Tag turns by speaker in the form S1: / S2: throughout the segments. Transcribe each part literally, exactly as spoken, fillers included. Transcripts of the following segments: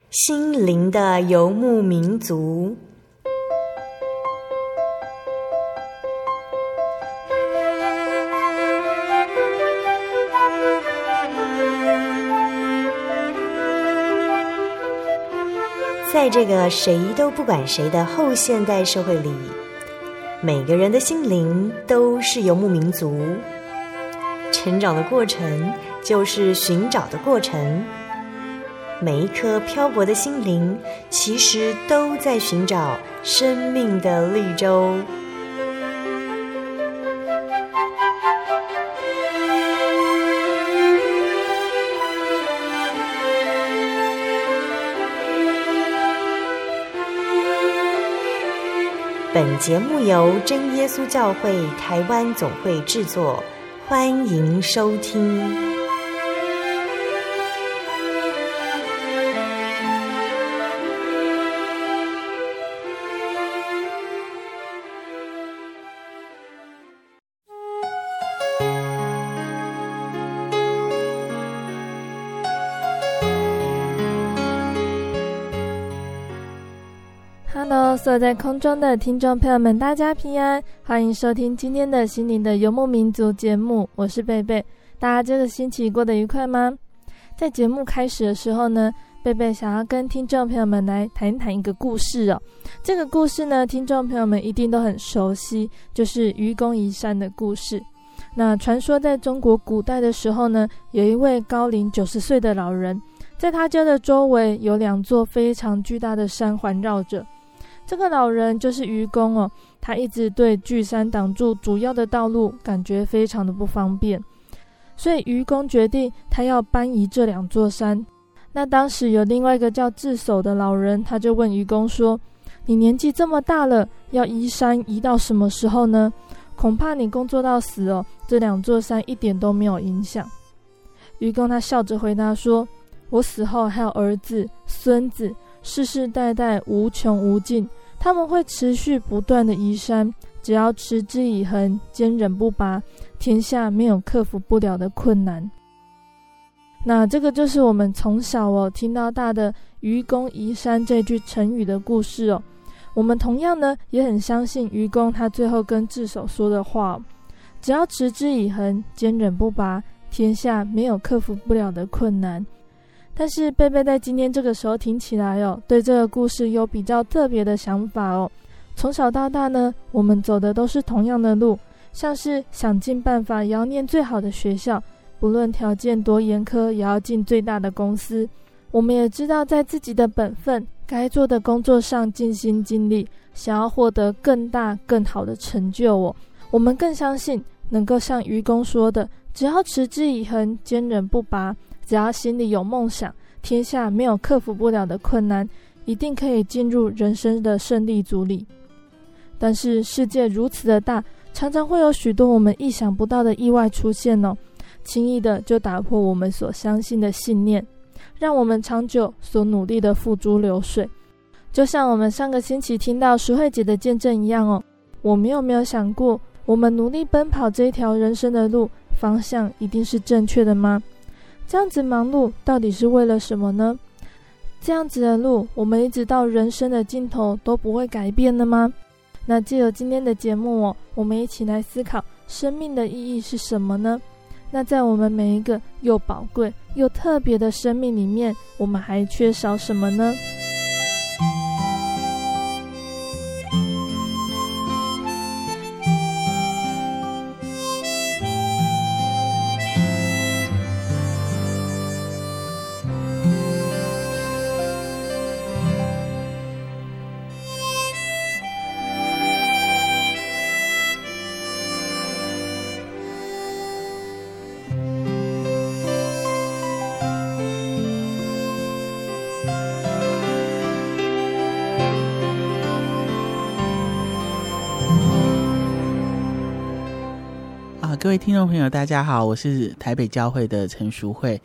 S1: 心灵的游牧民族。在这个谁都不管谁的后现代社会里，每个人的心灵都是游牧民族。成长的过程就是寻找的过程，每一颗漂泊的心灵其实都在寻找生命的绿洲。本节目由真耶稣教会台湾总会制作，欢迎收听。
S2: Hello， 所有在空中的听众朋友们，大家平安，欢迎收听今天的心灵的游牧民族节目，我是贝贝。大家这个星期过得愉快吗？在节目开始的时候呢，贝贝想要跟听众朋友们来谈一谈一个故事哦。这个故事呢，听众朋友们一定都很熟悉，就是愚公移山的故事。那传说在中国古代的时候呢，有一位高龄九十岁的老人，在他家的周围有两座非常巨大的山环绕着。这个老人就是愚公哦，他一直对巨山挡住主要的道路，感觉非常的不方便，所以愚公决定他要搬移这两座山。那当时有另外一个叫智叟的老人，他就问愚公说：你年纪这么大了，要移山移到什么时候呢？恐怕你工作到死哦，这两座山一点都没有影响。愚公他笑着回答说：我死后还有儿子孙子，世世代代无穷无尽，他们会持续不断的移山，只要持之以恒，坚韧不拔，天下没有克服不了的困难。那这个就是我们从小哦听到大的愚公移山这句成语的故事哦。我们同样呢也很相信愚公他最后跟智叟说的话哦，只要持之以恒，坚韧不拔，天下没有克服不了的困难。但是贝贝在今天这个时候听起来哦，对这个故事有比较特别的想法哦。从小到大呢，我们走的都是同样的路，像是想尽办法也要念最好的学校，不论条件多严苛，也要进最大的公司。我们也知道在自己的本分该做的工作上尽心尽力，想要获得更大更好的成就哦。我们更相信能够像愚公说的，只要持之以恒，坚韧不拔，只要心里有梦想，天下没有克服不了的困难，一定可以进入人生的胜利组里。但是世界如此的大，常常会有许多我们意想不到的意外出现哦，轻易的就打破我们所相信的信念，让我们长久所努力的付诸流水。就像我们上个星期听到淑慧姐的见证一样哦，我们有没有想过，我们努力奔跑这一条人生的路，方向一定是正确的吗？这样子忙碌到底是为了什么呢？这样子的路，我们一直到人生的尽头都不会改变的吗？那藉由今天的节目哦，我们一起来思考生命的意义是什么呢？那在我们每一个又宝贵又特别的生命里面，我们还缺少什么呢？
S3: 各位听众朋友大家好，我是台北教会的陈淑慧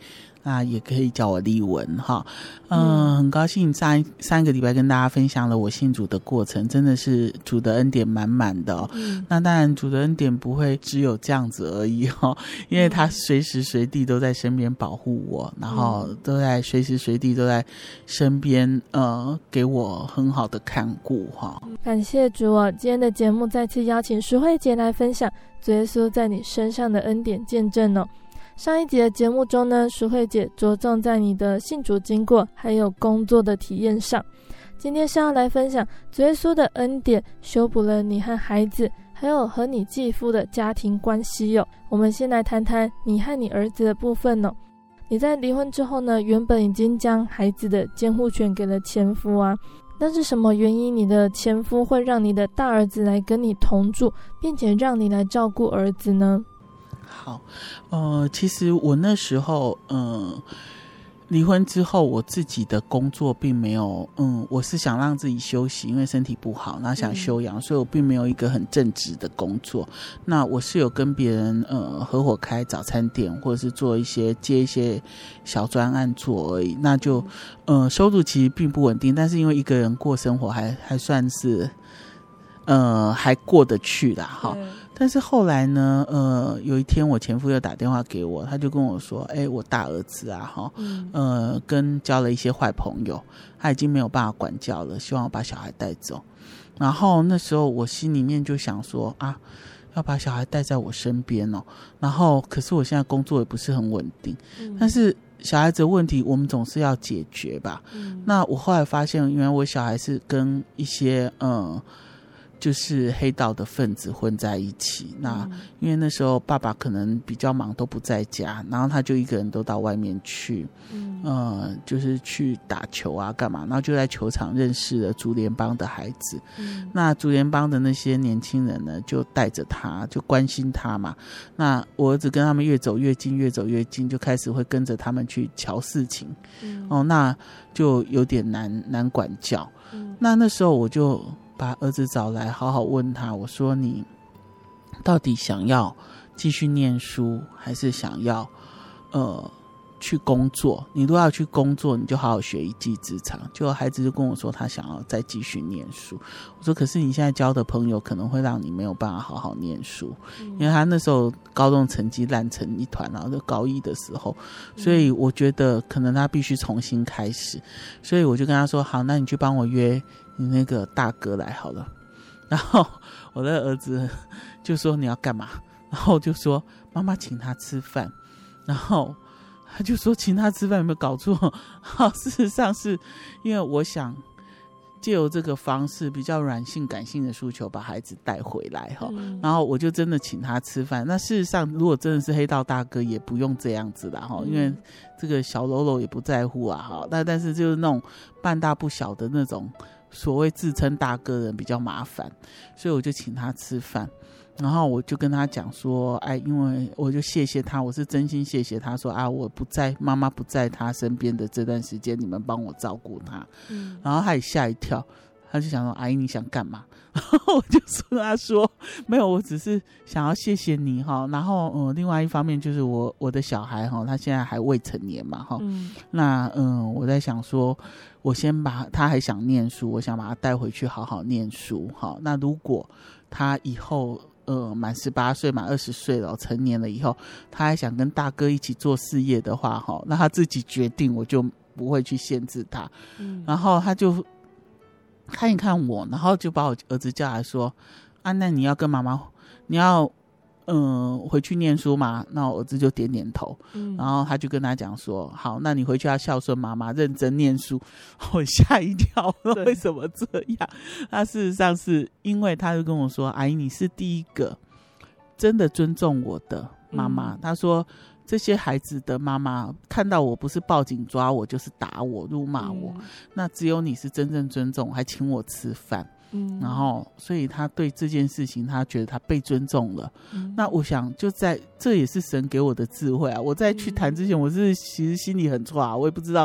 S3: 那也可以叫我丽文哈。嗯，很高兴上上一个礼拜跟大家分享了我信主的过程，真的是主的恩典满满的哦。嗯、那当然主的恩典不会只有这样子而已哦，因为他随时随地都在身边保护我，然后都在随时随地都在身边呃给我很好的看顾哈。
S2: 感谢主哦，今天的节目再次邀请淑慧姐来分享主耶稣在你身上的恩典见证哦。上一集的节目中呢，淑慧姐着重在你的信主经过还有工作的体验上，今天是要来分享主耶稣的恩典修补了你和孩子还有和你继父的家庭关系哦。我们先来谈谈你和你儿子的部分哦。你在离婚之后呢，原本已经将孩子的监护权给了前夫啊，但是什么原因你的前夫会让你的大儿子来跟你同住，并且让你来照顾儿子呢？
S3: 好，呃，其实我那时候，嗯，离婚之后，我自己的工作并没有，嗯，我是想让自己休息，因为身体不好，然后想休养，嗯、所以我并没有一个很正职的工作。那我是有跟别人呃合伙开早餐店，或者是做一些接一些小专案做而已。那就，呃，收入其实并不稳定，但是因为一个人过生活还还算是，呃，还过得去啦，哈。但是后来呢，呃，有一天我前夫又打电话给我，他就跟我说，哎，我大儿子啊，哈，嗯、呃，跟交了一些坏朋友，他已经没有办法管教了，希望我把小孩带走。然后那时候我心里面就想说，啊，要把小孩带在我身边哦。然后可是我现在工作也不是很稳定，嗯、但是小孩子的问题我们总是要解决吧。嗯、那我后来发现，原来我小孩是跟一些嗯。就是黑道的分子混在一起，那因为那时候爸爸可能比较忙都不在家，然后他就一个人都到外面去，嗯，呃，就是去打球啊干嘛，然后就在球场认识了竹联帮的孩子，嗯，那竹联帮的那些年轻人呢就带着他，就关心他嘛，那我儿子跟他们越走越近越走越近，就开始会跟着他们去瞧事情，嗯，哦，那就有点难难管教，嗯，那那时候我就把儿子找来好好问他，我说你到底想要继续念书还是想要呃去工作？你如果要去工作，你就好好学一技之长。就孩子就跟我说他想要再继续念书，我说可是你现在交的朋友可能会让你没有办法好好念书，嗯、因为他那时候高中成绩烂成一团，然后就高一的时候，所以我觉得可能他必须重新开始，所以我就跟他说好，那你去帮我约你那个大哥来好了。然后我的儿子就说你要干嘛？然后我就说妈妈请他吃饭。然后他就说请他吃饭有没有搞错？好，事实上是因为我想借由这个方式比较软性感性的诉求把孩子带回来、嗯、然后我就真的请他吃饭。那事实上如果真的是黑道大哥也不用这样子啦、嗯、因为这个小喽啰也不在乎啊，但但是就是那种半大不小的那种所谓自称大哥人比较麻烦，所以我就请他吃饭。然后我就跟他讲说，哎，因为我就谢谢他，我是真心谢谢他说啊，我不在，妈妈不在他身边的这段时间，你们帮我照顾他。嗯，然后他也吓一跳，他就想说，阿姨你想干嘛？然后我就说他说没有，我只是想要谢谢你哈。然后嗯，另外一方面就是我我的小孩哈，他现在还未成年嘛哈。嗯，那嗯，我在想说，我先把他还想念书，我想把他带回去好好念书哈。那如果他以后呃，满十八岁，满二十岁了，成年了以后，他还想跟大哥一起做事业的话，哈，那他自己决定，我就不会去限制他。嗯，然后他就看一看我，然后就把我儿子叫来说：“啊，那你要跟妈妈，你要嗯、呃、回去念书吗？”那我儿子就点点头。嗯，然后他就跟他讲说：“好，那你回去要孝顺妈妈，认真念书。”我吓一跳，为什么这样？他事实上是因为他就跟我说：“阿姨，你是第一个真的尊重我的妈妈。嗯”他说：“这些孩子的妈妈看到我不是报警抓我，就是打我、辱骂我，嗯、那只有你是真正尊重，还请我吃饭。”嗯，然后所以他对这件事情他觉得他被尊重了。嗯，那我想就在这也是神给我的智慧啊。我在去谈之前我是其实心里很挫啊，我也不知道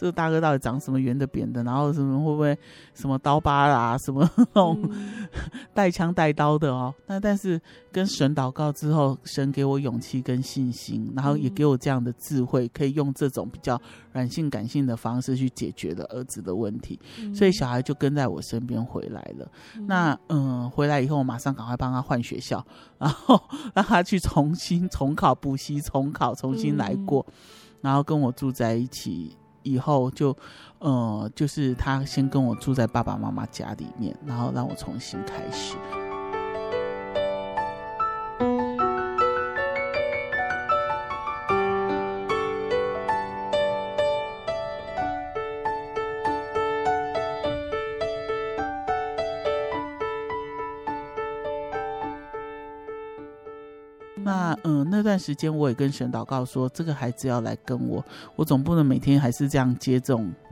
S3: 这个大哥到底长什么圆的扁的，然后什么会不会什么刀疤啦，什么那种、嗯、带枪带刀的哦。那但是跟神祷告之后，神给我勇气跟信心，然后也给我这样的智慧，可以用这种比较软性感性的方式去解决了儿子的问题、嗯、所以小孩就跟在我身边回来了、嗯、那嗯，回来以后我马上赶快帮他换学校，然后让他去重新重考补习重考重新来过、嗯、然后跟我住在一起以后就呃，就是他先跟我住在爸爸妈妈家里面，然后让我重新开始。那嗯，那段时间我也跟神祷告说，这个孩子要来跟我，我总不能每天还是这样接这种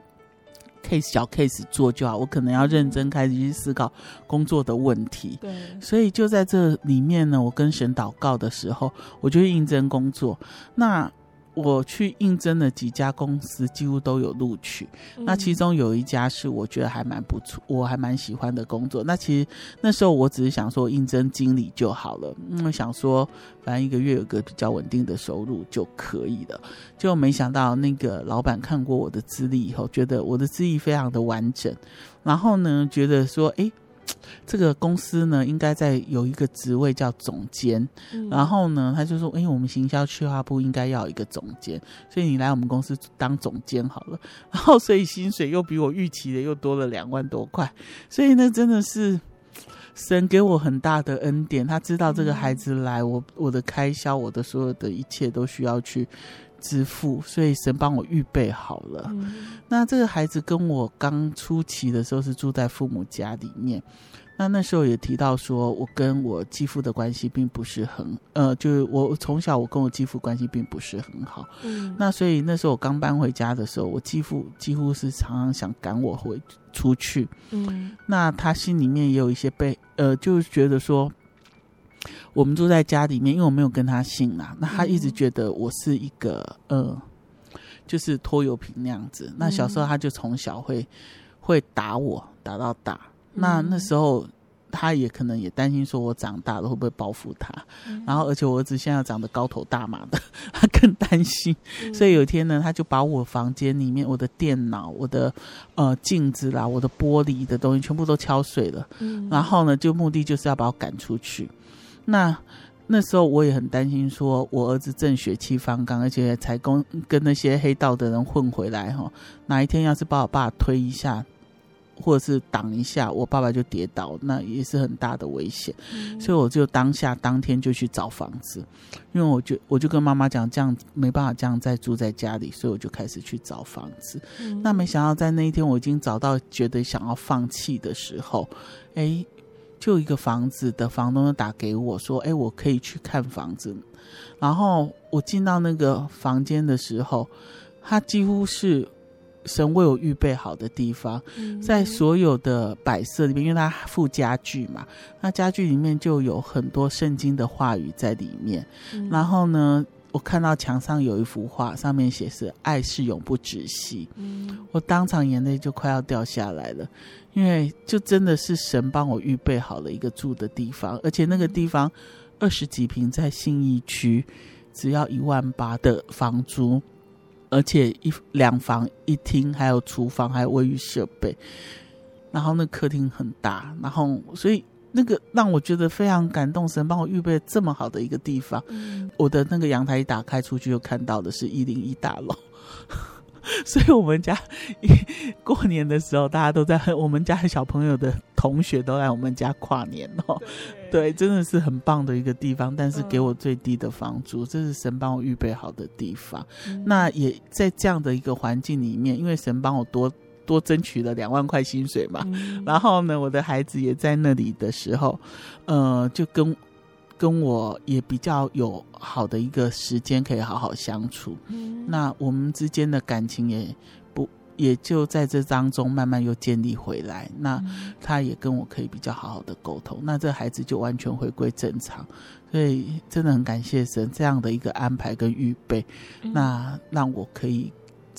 S3: case 小 case 做就好，我可能要认真开始去思考工作的问题。对，所以就在这里面呢，我跟神祷告的时候，我就去应征工作。那我去应征了几家公司，几乎都有录取、嗯、那其中有一家是我觉得还蛮不错，我还蛮喜欢的工作。那其实那时候我只是想说应征经理就好了，因为想说反正一个月有个比较稳定的收入就可以了。结果没想到那个老板看过我的资历以后，觉得我的资历非常的完整，然后呢觉得说诶这个公司呢应该在有一个职位叫总监、嗯、然后呢他就说哎，我们行销企划部应该要有一个总监，所以你来我们公司当总监好了。然后所以薪水又比我预期的又多了两万多块，所以呢真的是神给我很大的恩典，他知道这个孩子来我我的开销我的所有的一切都需要去支付，所以神帮我预备好了、嗯、那这个孩子跟我刚初期的时候是住在父母家里面，那那时候也提到说我跟我继父的关系并不是很呃，就是我从小我跟我继父关系并不是很好、嗯、那所以那时候我刚搬回家的时候，我继父几乎是常常想赶我回出去、嗯、那他心里面也有一些被呃，就是觉得说我们住在家里面，因为我没有跟他姓啦，那他一直觉得我是一个呃，就是拖油瓶那样子。那小时候他就从小会会打我，打到大。那那时候他也可能也担心说我长大了会不会报复他、嗯、然后而且我儿子现在长得高头大马的，他更担心、嗯、所以有一天呢他就把我房间里面我的电脑我的呃镜子啦我的玻璃的东西全部都敲碎了、嗯、然后呢就目的就是要把我赶出去。那那时候我也很担心说我儿子正血气方刚，而且才跟跟那些黑道的人混回来齁，哪一天要是把我爸推一下或者是挡一下我爸爸就跌倒，那也是很大的危险、嗯、所以我就当下当天就去找房子，因为我就我就跟妈妈讲这样没办法这样再住在家里，所以我就开始去找房子、嗯、那没想到在那一天我已经找到觉得想要放弃的时候，诶就一个房子的房东就打给我说诶我可以去看房子。然后我进到那个房间的时候，它几乎是神为我预备好的地方、嗯、在所有的摆设里面，因为它附家具嘛，那家具里面就有很多圣经的话语在里面、嗯、然后呢我看到墙上有一幅画，上面写是爱是永不止息、嗯、我当场眼泪就快要掉下来了，因为就真的是神帮我预备好了一个住的地方，而且那个地方二十几坪在信义区，只要一万八的房租，而且一两房一厅，还有厨房，还有卫浴设备，然后那客厅很大，然后所以那个让我觉得非常感动，神帮我预备这么好的一个地方、嗯、我的那个阳台一打开出去就看到的是一零一大楼所以我们家过年的时候大家都在，我们家的小朋友的同学都来我们家跨年哦。对，真的是很棒的一个地方，但是给我最低的房租、嗯、这是神帮我预备好的地方、嗯、那也在这样的一个环境里面，因为神帮我多多争取了两万块薪水嘛、嗯、然后呢我的孩子也在那里的时候呃，就跟跟我也比较有好的一个时间可以好好相处、嗯、那我们之间的感情也不也就在这当中慢慢又建立回来，那他也跟我可以比较好好的沟通，那这孩子就完全回归正常，所以真的很感谢神这样的一个安排跟预备、嗯、那让我可以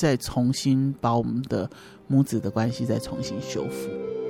S3: 再重新把我们的母子的关系再重新修复。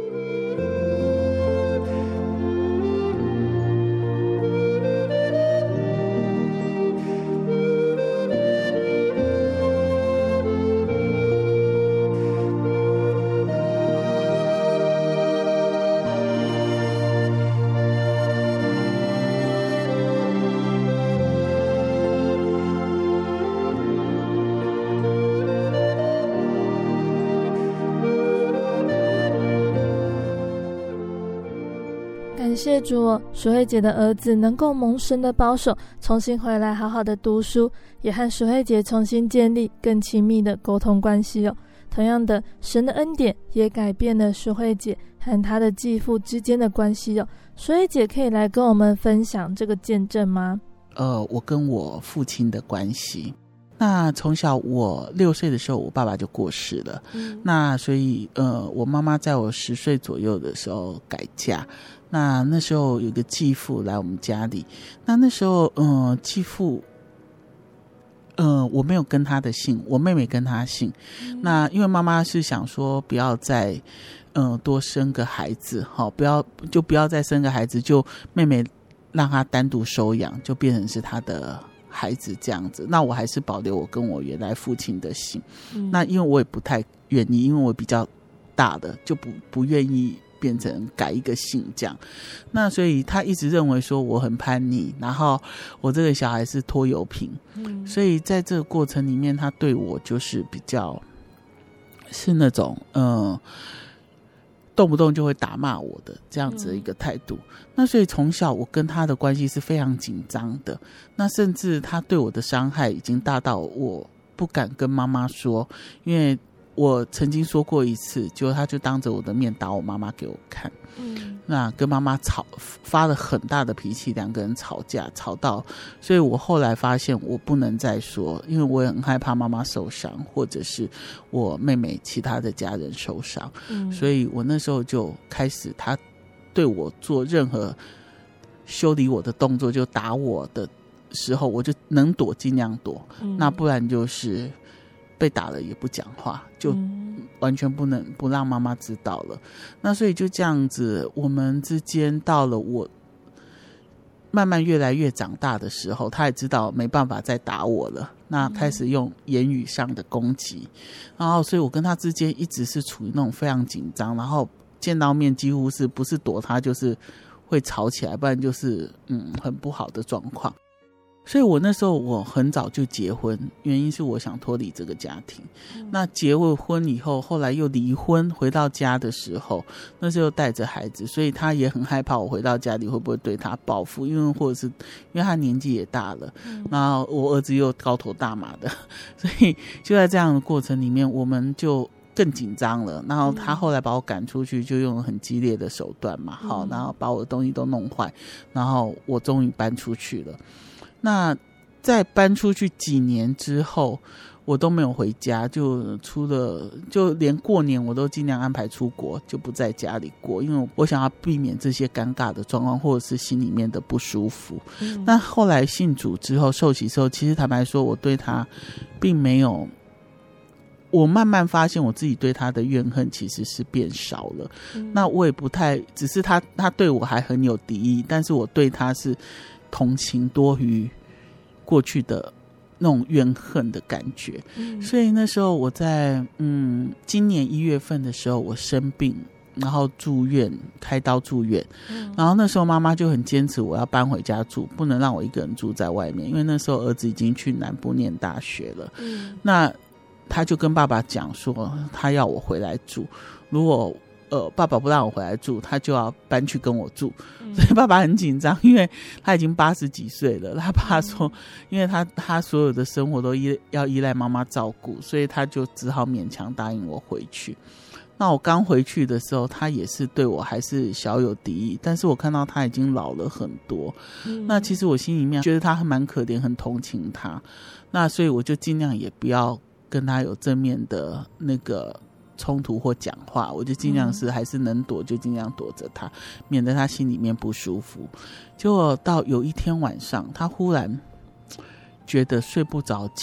S2: 感谢主哦，淑慧姐的儿子能够蒙神的保守，重新回来好好的读书，也和淑慧姐重新建立更亲密的沟通关系哦。同样的，神的恩典也改变了淑慧姐和她的继父之间的关系哦。淑慧姐可以来跟我们分享这个见证吗？
S3: 呃，我跟我父亲的关系，那从小我六岁的时候，我爸爸就过世了，嗯、那所以呃，我妈妈在我十岁左右的时候改嫁。那那时候有个继父来我们家里，那那时候呃继父呃我没有跟他的姓，我妹妹跟他姓、嗯、那因为妈妈是想说不要再呃多生个孩子，好，不要就不要再生个孩子，就妹妹让他单独收养，就变成是他的孩子这样子。那我还是保留我跟我原来父亲的姓、嗯、那因为我也不太愿意，因为我比较大的就不不愿意变成改一个姓这样，那所以他一直认为说我很叛逆，然后我这个小孩是拖油瓶、嗯、所以在这个过程里面他对我就是比较是那种嗯、呃，动不动就会打骂我的这样子的一个态度、嗯、那所以从小我跟他的关系是非常紧张的，那甚至他对我的伤害已经大到我不敢跟妈妈说，因为我曾经说过一次，就他就当着我的面打我妈妈给我看、嗯、那跟妈妈吵发了很大的脾气，两个人吵架吵到，所以我后来发现我不能再说，因为我也很害怕妈妈受伤，或者是我妹妹其他的家人受伤、嗯、所以我那时候就开始他对我做任何修理我的动作，就打我的时候我就能躲尽量躲、嗯、那不然就是被打了也不讲话，就完全不能不让妈妈知道了、嗯、那所以就这样子我们之间到了我慢慢越来越长大的时候，他也知道没办法再打我了，那开始用言语上的攻击、嗯、然后所以我跟他之间一直是处于那种非常紧张，然后见到面几乎是不是躲他就是会吵起来，不然就是嗯很不好的状况。所以我那时候我很早就结婚，原因是我想脱离这个家庭、嗯、那结了婚以后后来又离婚，回到家的时候那时候带着孩子，所以他也很害怕我回到家里会不会对他报复，因为或者是因为他年纪也大了、嗯、然后我儿子又高头大马的，所以就在这样的过程里面我们就更紧张了，然后他后来把我赶出去，就用很激烈的手段嘛，好，然后把我的东西都弄坏，然后我终于搬出去了。那在搬出去几年之后我都没有回家，就出了就连过年我都尽量安排出国，就不在家里过，因为我想要避免这些尴尬的状况或者是心里面的不舒服、嗯、那后来信主之后受洗之后，其实坦白说我对他并没有，我慢慢发现我自己对他的怨恨其实是变少了、嗯、那我也不太，只是他他对我还很有敌意，但是我对他是同情多于过去的那种怨恨的感觉、嗯、所以那时候我在嗯今年一月份的时候我生病，然后住院开刀住院、嗯、然后那时候妈妈就很坚持我要搬回家住，不能让我一个人住在外面，因为那时候儿子已经去南部念大学了、嗯、那他就跟爸爸讲说他要我回来住，如果呃，爸爸不让我回来住，他就要搬去跟我住、嗯、所以爸爸很紧张，因为他已经八十几岁了，他爸说、嗯、因为他他所有的生活都依要依赖妈妈照顾，所以他就只好勉强答应我回去。那我刚回去的时候他也是对我还是小有敌意，但是我看到他已经老了很多、嗯、那其实我心里面觉得他蛮可怜，很同情他，那所以我就尽量也不要跟他有正面的那个冲突或讲话，我就尽量是还是能躲就尽量躲着他、嗯、免得他心里面不舒服。结果到有一天晚上他忽然觉得睡不着觉，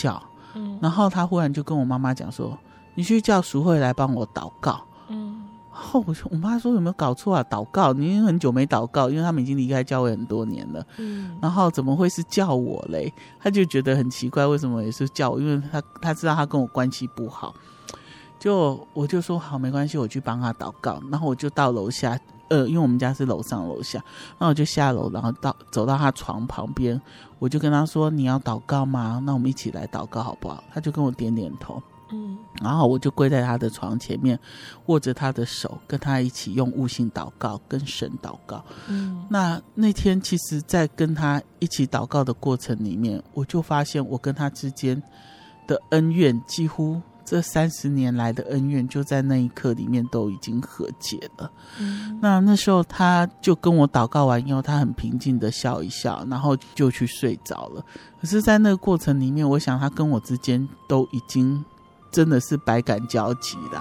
S3: 嗯，然后他忽然就跟我妈妈讲说，你去叫淑慧来帮我祷告。嗯，后我我妈说有没有搞错啊？祷告，你很久没祷告，因为他们已经离开教会很多年了。嗯，然后怎么会是叫我嘞？他就觉得很奇怪，为什么也是叫我？因为他他知道他跟我关系不好，就我就说好，没关系，我去帮他祷告。然后我就到楼下，呃，因为我们家是楼上楼下，然后我就下楼，然后到走到他床旁边，我就跟他说：“你要祷告吗？那我们一起来祷告好不好？”他就跟我点点头。嗯，然后我就跪在他的床前面，握着他的手，跟他一起用悟性祷告，跟神祷告。嗯，那那天其实在跟他一起祷告的过程里面，我就发现我跟他之间的恩怨，几乎这三十年来的恩怨，就在那一刻里面都已经和解了。嗯，那那时候他就跟我祷告完以后，他很平静的笑一笑，然后就去睡着了。可是在那个过程里面，我想他跟我之间都已经真的是百感交集了。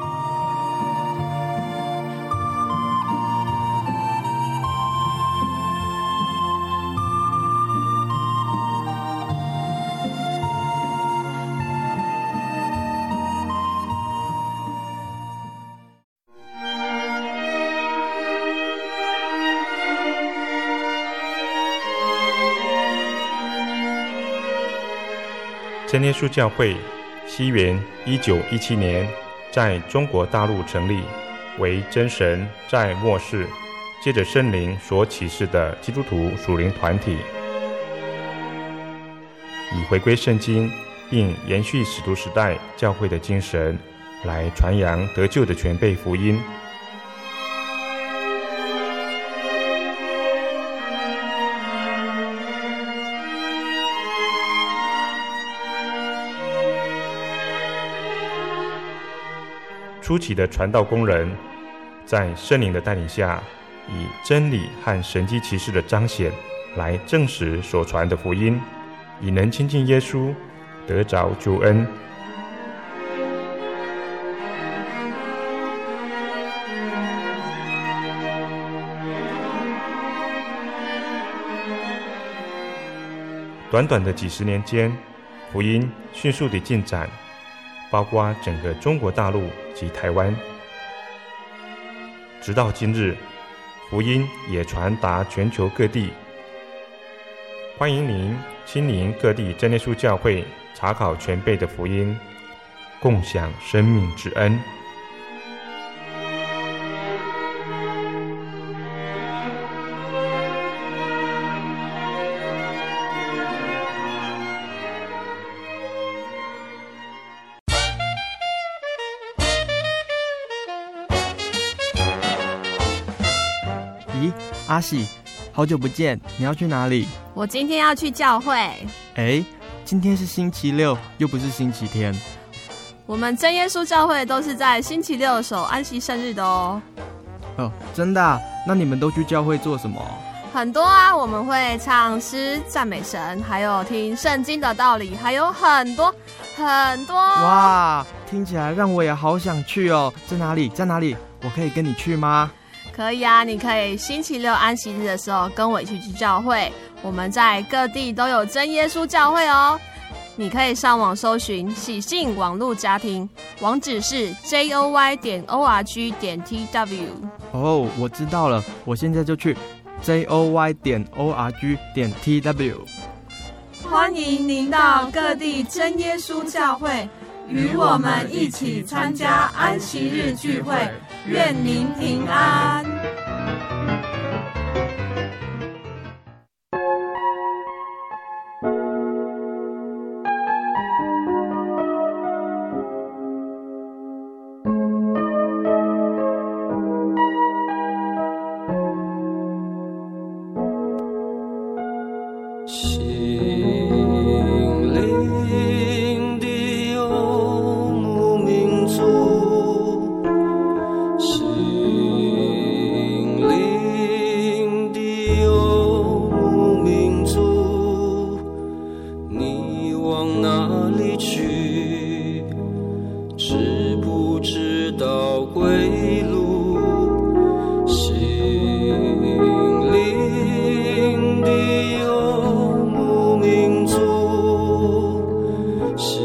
S4: 真耶稣教会西元一九一七年在中国大陆成立，为真神在末世借着圣灵所启示的基督徒属灵团体，以回归圣经并延续使徒时代教会的精神，来传扬得救的全备福音。初期的传道工人在圣灵的带领下，以真理和神迹奇事的彰显来证实所传的福音，以能亲近耶稣，得着救恩。短短的几十年间，福音迅速地进展，包括整个中国大陆及台湾。直到今日，福音也传达全球各地。欢迎您亲临各地真耶稣教会，查考全备的福音，共享生命之恩。
S5: 咦，阿喜，好久不见，你要去哪里？
S6: 我今天要去教会。
S5: 哎，今天是星期六，又不是星期天。
S6: 我们真耶稣教会都是在星期六守安息圣日的哦。
S5: 哦，真的啊？那你们都去教会做什么？
S6: 很多啊，我们会唱诗赞美神，还有听圣经的道理，还有很多很多。
S5: 哇，听起来让我也好想去哦。在哪里？在哪里？我可以跟你去吗？
S6: 可以啊，你可以星期六安息日的时候跟我一起去教会。我们在各地都有真耶稣教会哦。你可以上网搜寻喜信网络家庭，网址是 j o y 点 o r g 点 t w。
S5: 哦，我知道了，我现在就去 j o y 点 o r g 点 t w。
S7: 欢迎您到各地真耶稣教会，与我们一起参加安息日聚会，愿您平安。
S8: 心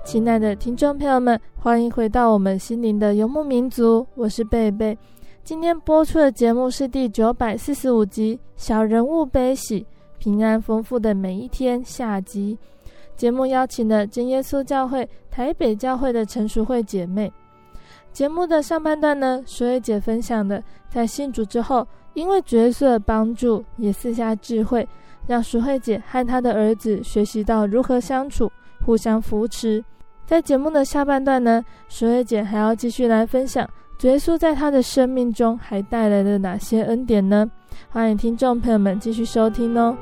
S2: 亲爱的听众朋友们，欢迎回到我们心灵的游牧民族，我是贝贝。今天播出的节目是第九百四十五集《小人物悲喜，平安丰富的每一天》下集。节目邀请了真耶稣教会台北教会的陈淑慧姐妹。节目的上半段呢，淑慧姐分享的在信主之后，因为主耶稣的帮助，也赐下智慧，让淑慧姐和她的儿子学习到如何相处，互相扶持。在节目的下半段呢，淑慧姐还要继续来分享主耶稣在她的生命中还带来了哪些恩典呢？欢迎听众朋友们继续收听哦。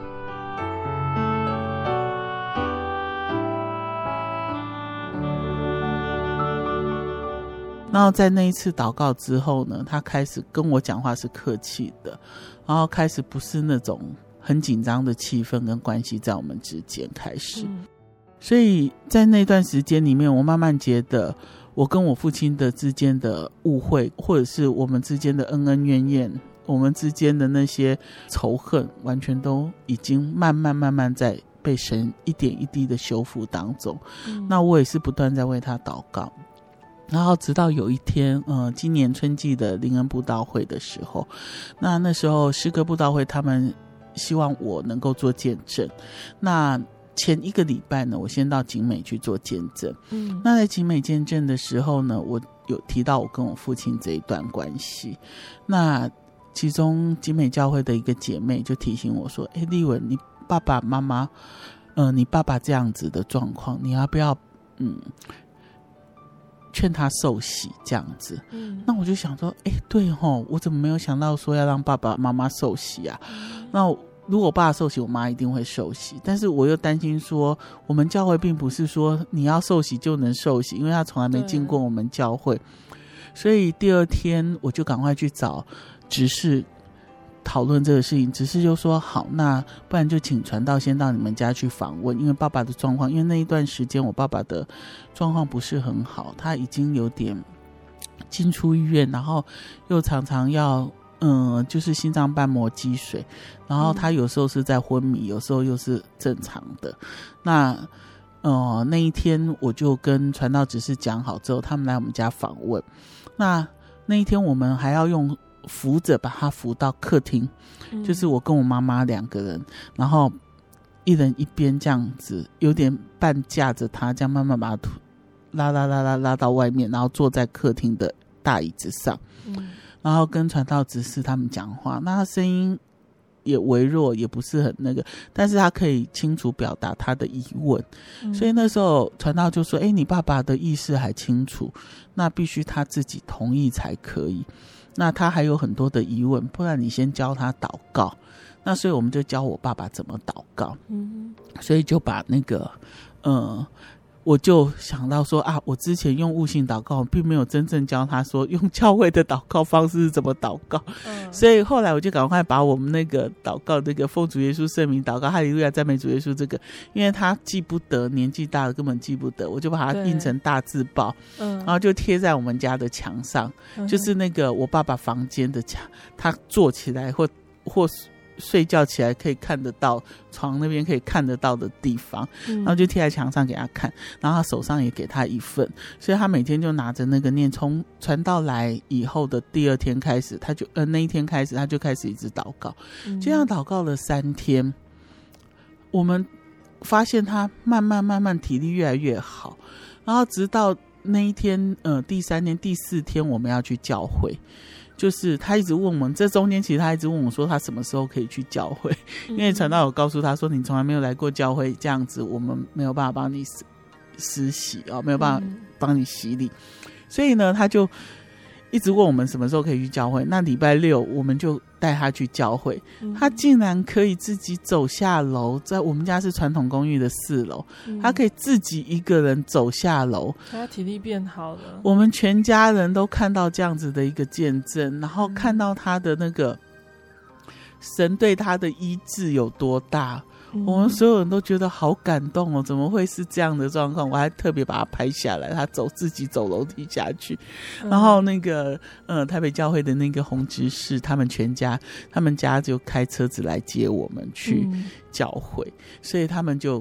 S3: 然后在那一次祷告之后呢，他开始跟我讲话是客气的，然后开始不是那种很紧张的气氛跟关系在我们之间开始、嗯、所以在那段时间里面，我慢慢觉得我跟我父亲的之间的误会，或者是我们之间的恩恩怨怨，我们之间的那些仇恨，完全都已经慢慢慢慢在被神一点一滴的修复当中、嗯、那我也是不断在为他祷告。然后直到有一天呃，今年春季的灵恩布道会的时候，那那时候诗歌布道会他们希望我能够做见证，那前一个礼拜呢，我先到景美去做见证、嗯、那在景美见证的时候呢，我有提到我跟我父亲这一段关系，那其中景美教会的一个姐妹就提醒我说，诶，丽文，你爸爸妈妈呃，你爸爸这样子的状况，你要不要嗯劝他受洗这样子、嗯、那我就想说，哎，对齁，我怎么没有想到说要让爸爸妈妈受洗啊、嗯、那如果爸爸受洗，我妈一定会受洗，但是我又担心说，我们教会并不是说你要受洗就能受洗，因为他从来没进过我们教会，所以第二天我就赶快去找执事讨论这个事情，只是就说好，那不然就请传道先到你们家去访问，因为爸爸的状况，因为那一段时间我爸爸的状况不是很好，他已经有点进出医院，然后又常常要嗯，就是心脏瓣膜积水，然后他有时候是在昏迷，有时候又是正常的。那呃那一天我就跟传道执事讲好之后，他们来我们家访问，那那一天我们还要用扶着把他扶到客厅、嗯、就是我跟我妈妈两个人，然后一人一边这样子，有点半架着他，这样慢慢把他拉拉拉拉拉到外面，然后坐在客厅的大椅子上、嗯、然后跟传道执事他们讲话，那他声音也微弱，也不是很那个，但是他可以清楚表达他的疑问、嗯、所以那时候传道就说，哎，你爸爸的意识还清楚，那必须他自己同意才可以，那他还有很多的疑问，不然你先教他祷告。那所以我们就教我爸爸怎么祷告、嗯、所以就把那个呃，我就想到说啊，我之前用悟性祷告并没有真正教他说用教会的祷告方式是怎么祷告、嗯、所以后来我就赶快把我们那个祷告那个奉主耶稣圣名祷告哈利路亚赞美主耶稣这个，因为他记不得，年纪大了根本记不得，我就把它印成大字报、嗯、然后就贴在我们家的墙上、嗯、就是那个我爸爸房间的墙，他坐起来或或睡觉起来可以看得到，床那边可以看得到的地方、嗯、然后就贴在墙上给他看，然后他手上也给他一份，所以他每天就拿着那个念，从传道来以后的第二天开始，他就呃那一天开始他就开始一直祷告、嗯、这样祷告了三天，我们发现他慢慢慢慢体力越来越好，然后直到那一天呃第三天第四天我们要去教会，就是他一直问我们，这中间其实他一直问我说他什么时候可以去教会、嗯、因为传道有告诉他说你从来没有来过教会，这样子我们没有办法帮你施洗、哦、没有办法帮你洗礼、嗯、所以呢他就一直问我们什么时候可以去教会。那礼拜六我们就带他去教会、嗯、他竟然可以自己走下楼，在我们家是传统公寓的四楼、嗯、他可以自己一个人走下楼，
S2: 他体力变好了，
S3: 我们全家人都看到这样子的一个见证，然后看到他的那个神对他的医治有多大、嗯、我们所有人都觉得好感动哦，怎么会是这样的状况，我还特别把他拍下来，他走自己走楼梯下去、嗯、然后那个呃台北教会的那个洪执事他们全家他们家就开车子来接我们去教会、嗯、所以他们就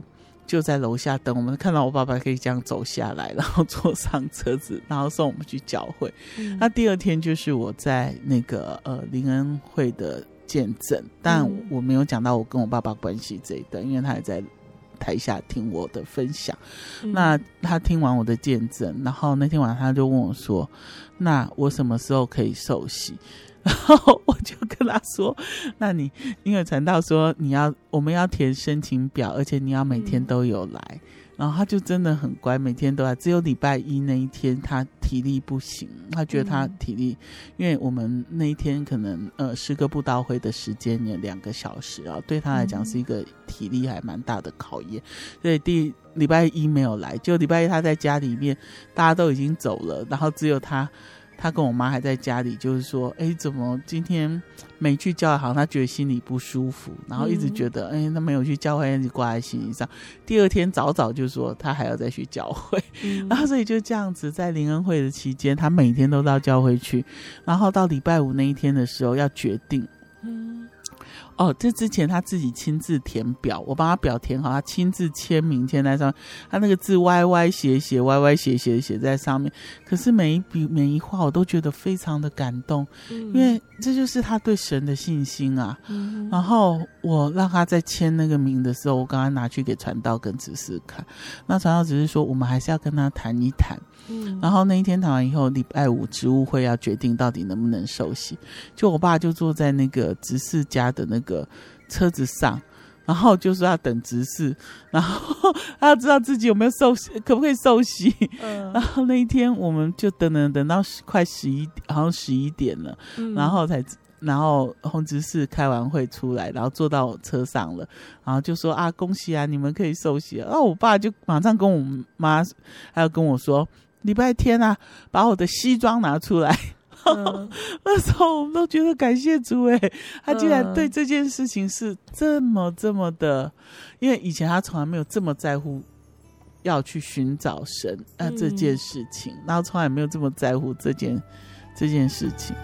S3: 就在楼下等我们，看到我爸爸可以这样走下来，然后坐上车子，然后送我们去教会。嗯、那第二天就是我在那个呃灵恩会的见证，但我没有讲到我跟我爸爸关系这一段，因为他也在台下听我的分享。嗯、那他听完我的见证，然后那天晚上他就问我说：“那我什么时候可以受洗？”然后我就跟他说：“那你因为传道说你要我们要填申请表，而且你要每天都有来。嗯”然后他就真的很乖，每天都来，只有礼拜一那一天他体力不行，他觉得他体力，嗯、因为我们那一天可能呃诗歌布道会的时间有两个小时啊，对他来讲是一个体力还蛮大的考验，所以第礼拜一没有来，就礼拜一他在家里面，大家都已经走了，然后只有他。他跟我妈还在家里，就是说，哎，怎么今天没去教会？好像他觉得心里不舒服，然后一直觉得，哎、嗯，他没有去教会，一直挂在心里上。第二天早早就说他还要再去教会，嗯、然后所以就这样子，在灵恩会的期间，他每天都到教会去，然后到礼拜五那一天的时候要决定，嗯。哦，这之前他自己亲自填表，我帮他表填好，他亲自签名签在上面，他那个字歪歪斜斜歪歪斜斜写在上面，可是每一笔每一画我都觉得非常的感动，嗯、因为这就是他对神的信心啊。嗯、然后我让他在签那个名的时候，我刚刚拿去给传道跟执事看，那传道只是说我们还是要跟他谈一谈。嗯、然后那一天谈完以后，礼拜五职务会要决定到底能不能受洗，就我爸就坐在那个执事家的那个车子上，然后就说要等执事，然后他要知道自己有没有受洗，可不可以受洗。嗯、然后那一天我们就等等等到快十一，好像十一点了，嗯、然后才。然后洪执事开完会出来，然后坐到车上了，然后就说啊，恭喜啊，你们可以受洗了。然后我爸就马上跟我妈还有跟我说，礼拜天啊，把我的西装拿出来。嗯、那时候我们都觉得感谢主耶，他竟然对这件事情是这么这么的，因为以前他从来没有这么在乎要去寻找神啊、呃、这件事情，然后从来没有这么在乎这件这件事情。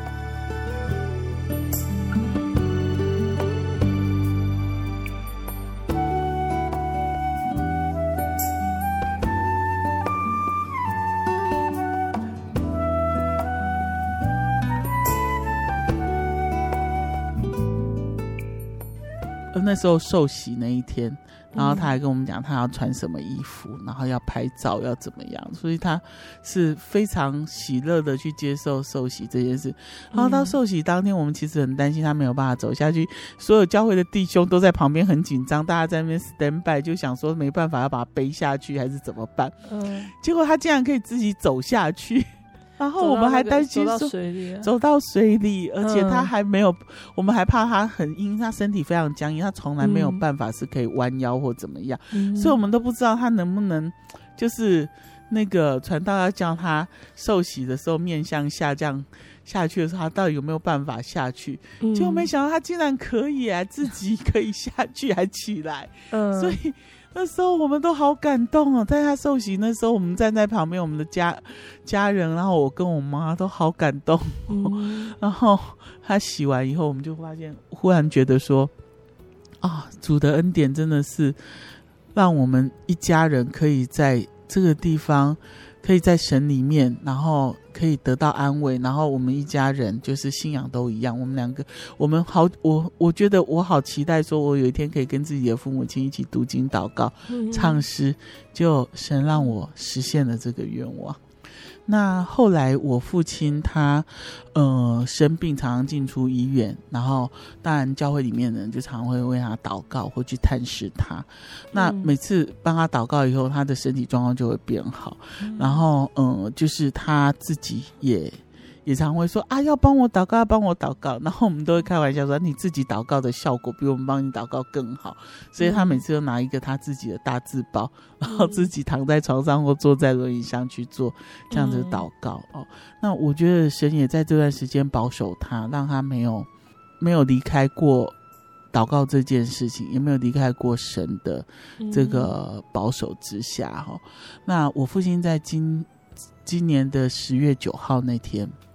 S3: 那时候受洗那一天，然后他还跟我们讲他要穿什么衣服，然后要拍照要怎么样，所以他是非常喜乐的去接受受洗这件事。然后到受洗当天，我们其实很担心他没有办法走下去，所有教会的弟兄都在旁边很紧张，大家在那边 stand by， 就想说没办法要把他背下去还是怎么办。嗯，结果他竟然可以自己走下去。然后我们还担心说走到水里、啊、走到水里，而且他还没有、嗯、我们还怕他很硬，他身体非常僵硬，他从来没有办法是可以弯腰或怎么样、嗯、所以我们都不知道他能不能就是那个传道要叫他受洗的时候面向下这样下去的时候，他到底有没有办法下去、嗯、结果没想到他竟然可以啊，自己可以下去还起来、嗯、所以那时候我们都好感动哦，在他受洗那时候，我们站在旁边，我们的家家人，然后我跟我妈都好感动、嗯、然后他洗完以后，我们就发现，忽然觉得说，啊，主的恩典真的是让我们一家人可以在这个地方，可以在神里面，然后可以得到安慰，然后我们一家人就是信仰都一样，我们两个我们好我我觉得我好期待说我有一天可以跟自己的父母亲一起读经祷告、嗯、唱诗，就神让我实现了这个愿望。那后来我父亲他呃生病，常常进出医院，然后当然教会里面的人就常会为他祷告或去探视他。那每次帮他祷告以后，他的身体状况就会变好、嗯、然后嗯、呃，就是他自己也也常会说啊，要帮我祷告，要帮我祷告。然后我们都会开玩笑说，你自己祷告的效果比我们帮你祷告更好。所以他每次都拿一个他自己的大字包，然后自己躺在床上或坐在轮椅上去做这样子的祷告、嗯、哦。那我觉得神也在这段时间保守他，让他没有没有离开过祷告这件事情，也没有离开过神的这个保守之下哈、嗯。那我父亲在今今年的十月九号那天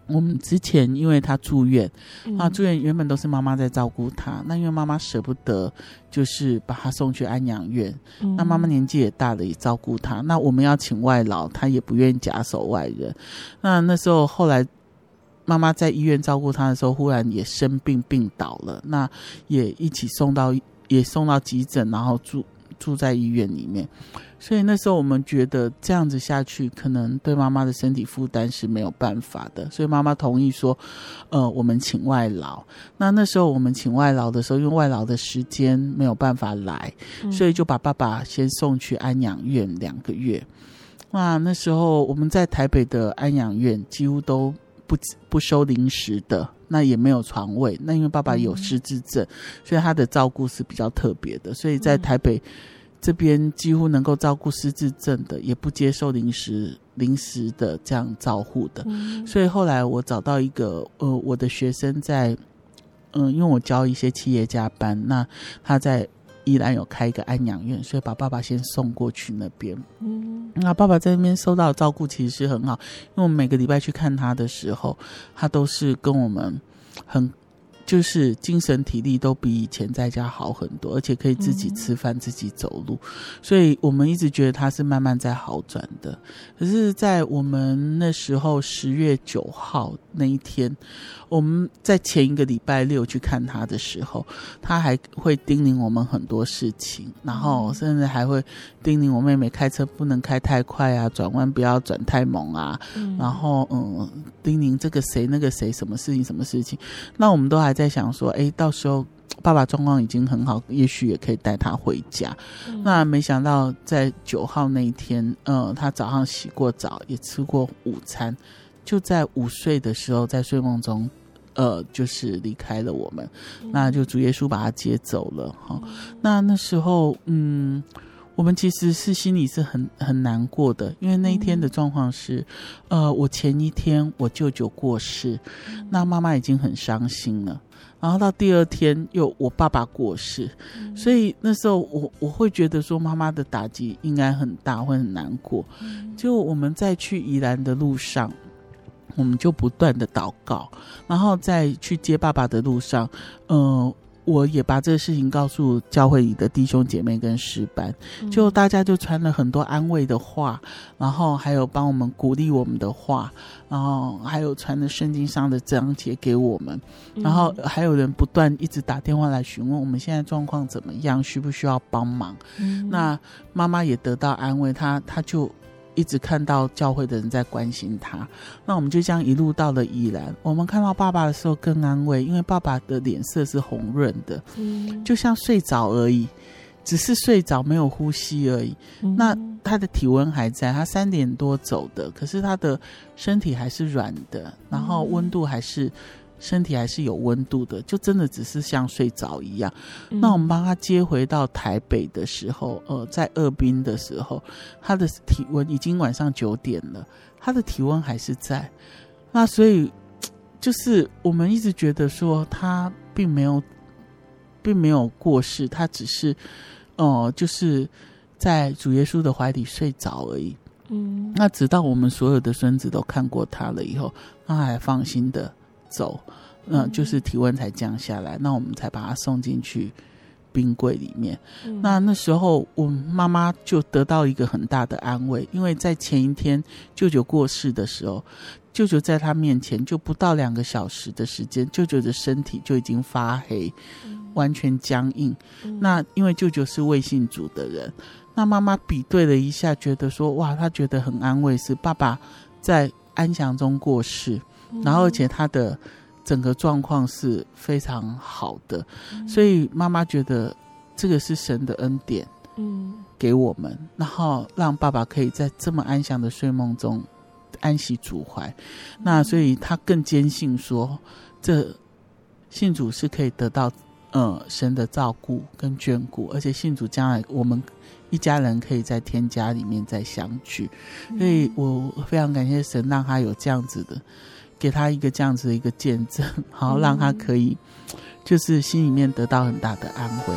S3: 我们之前因为他住院，
S2: 嗯
S3: 啊，住院原本都是妈妈在照顾他，那因为妈妈舍不得，就是把他送去安养院。
S2: 嗯
S3: 那妈妈年纪也大了，也照顾他。那我们要请外劳，他也不愿意假手外人。那那时候后来妈妈在医院照顾他的时候，忽然也生病病倒了，那也一起送到也送到急诊，然后住住在医院里面。所以那时候我们觉得这样子下去可能对妈妈的身体负担是没有办法的，所以妈妈同意说呃，我们请外劳。那那时候我们请外劳的时候，因为外劳的时间没有办法来，
S2: 嗯
S3: 所以就把爸爸先送去安养院两个月。那那时候我们在台北的安养院几乎都不不收临时的，那也没有床位。那因为爸爸有失智症，嗯、所以他的照顾是比较特别的，所以在台北这边几乎能够照顾失智症的，也不接受临时临时的这样照护的。嗯、所以后来我找到一个呃，我的学生在嗯、呃，因为我教一些企业家班，那他在宜兰有开一个安养院，所以把爸爸先送过去那边。嗯，那爸爸在那边受到的照顾其实是很好，因为我们每个礼拜去看他的时候，他都是跟我们很就是精神体力都比以前在家好很多，而且可以自己吃饭、嗯、自己走路，所以我们一直觉得他是慢慢在好转的。可是在我们那时候十月九号那一天，我们在前一个礼拜六去看他的时候，他还会叮咛我们很多事情，然后甚至还会叮咛我妹妹开车不能开太快啊，转弯不要转太猛啊，嗯、然后嗯，叮咛这个谁那个谁什么事情什么事情。那我们都还在想说，哎，到时候爸爸状况已经很好，也许也可以带他回家。嗯、那没想到在九号那一天，呃，他早上洗过澡，也吃过午餐，就在午睡的时候，在睡梦中，呃，就是离开了我们。嗯、那就主耶稣把他接走了哈。嗯、那那时候，嗯。我们其实是心里是很很难过的，因为那一天的状况是，嗯、呃，我前一天我舅舅过世，嗯、那妈妈已经很伤心了，然后到第二天又我爸爸过世，嗯、所以那时候我我会觉得说妈妈的打击应该很大，会很难过。嗯、就我们在去宜兰的路上，我们就不断的祷告，然后在去接爸爸的路上，呃。我也把这个事情告诉教会里的弟兄姐妹跟诗班，就大家就传了很多安慰的话，然后还有帮我们鼓励我们的话，然后还有传了圣经上的章节给我们，然后还有人不断一直打电话来询问我们现在状况怎么样，需不需要帮忙。嗯、那妈妈也得到安慰，她她就一直看到教会的人在关心他，那我们就这样一路到了宜兰。我们看到爸爸的时候更安慰，因为爸爸的脸色是红润的，嗯、就像睡着而已，只是睡着没有呼吸而已。嗯、那他的体温还在，他三点多走的，可是他的身体还是软的，然后温度还是身体还是有温度的，就真的只是像睡着一样。嗯、那我们帮他接回到台北的时候，呃，在二滨的时候，他的体温已经晚上九点了，他的体温还是在。那所以就是我们一直觉得说他并没有并没有过世，他只是哦、呃，就是在主耶稣的怀里睡着而已。嗯，那直到我们所有的孙子都看过他了以后，他还放心的走，嗯，就是体温才降下来，那我们才把他送进去冰柜里面。嗯、那那时候我妈妈就得到一个很大的安慰，因为在前一天舅舅过世的时候，舅舅在他面前就不到两个小时的时间，舅舅的身体就已经发黑，嗯、完全僵硬。嗯、那因为舅舅是未信主的人，那妈妈比对了一下，觉得说哇，她觉得很安慰，是爸爸在安详中过世。然后而且他的整个状况是非常好的，嗯、所以妈妈觉得这个是神的恩典，嗯，给我们，然后让爸爸可以在这么安详的睡梦中安息主怀。嗯、那所以他更坚信说，这信主是可以得到呃神的照顾跟眷顾，而且信主将来我们一家人可以在天家里面再相聚。嗯、所以我非常感谢神，让他有这样子的。给他一个这样子的一个见证，然后让他可以就是心里面得到很大的安慰。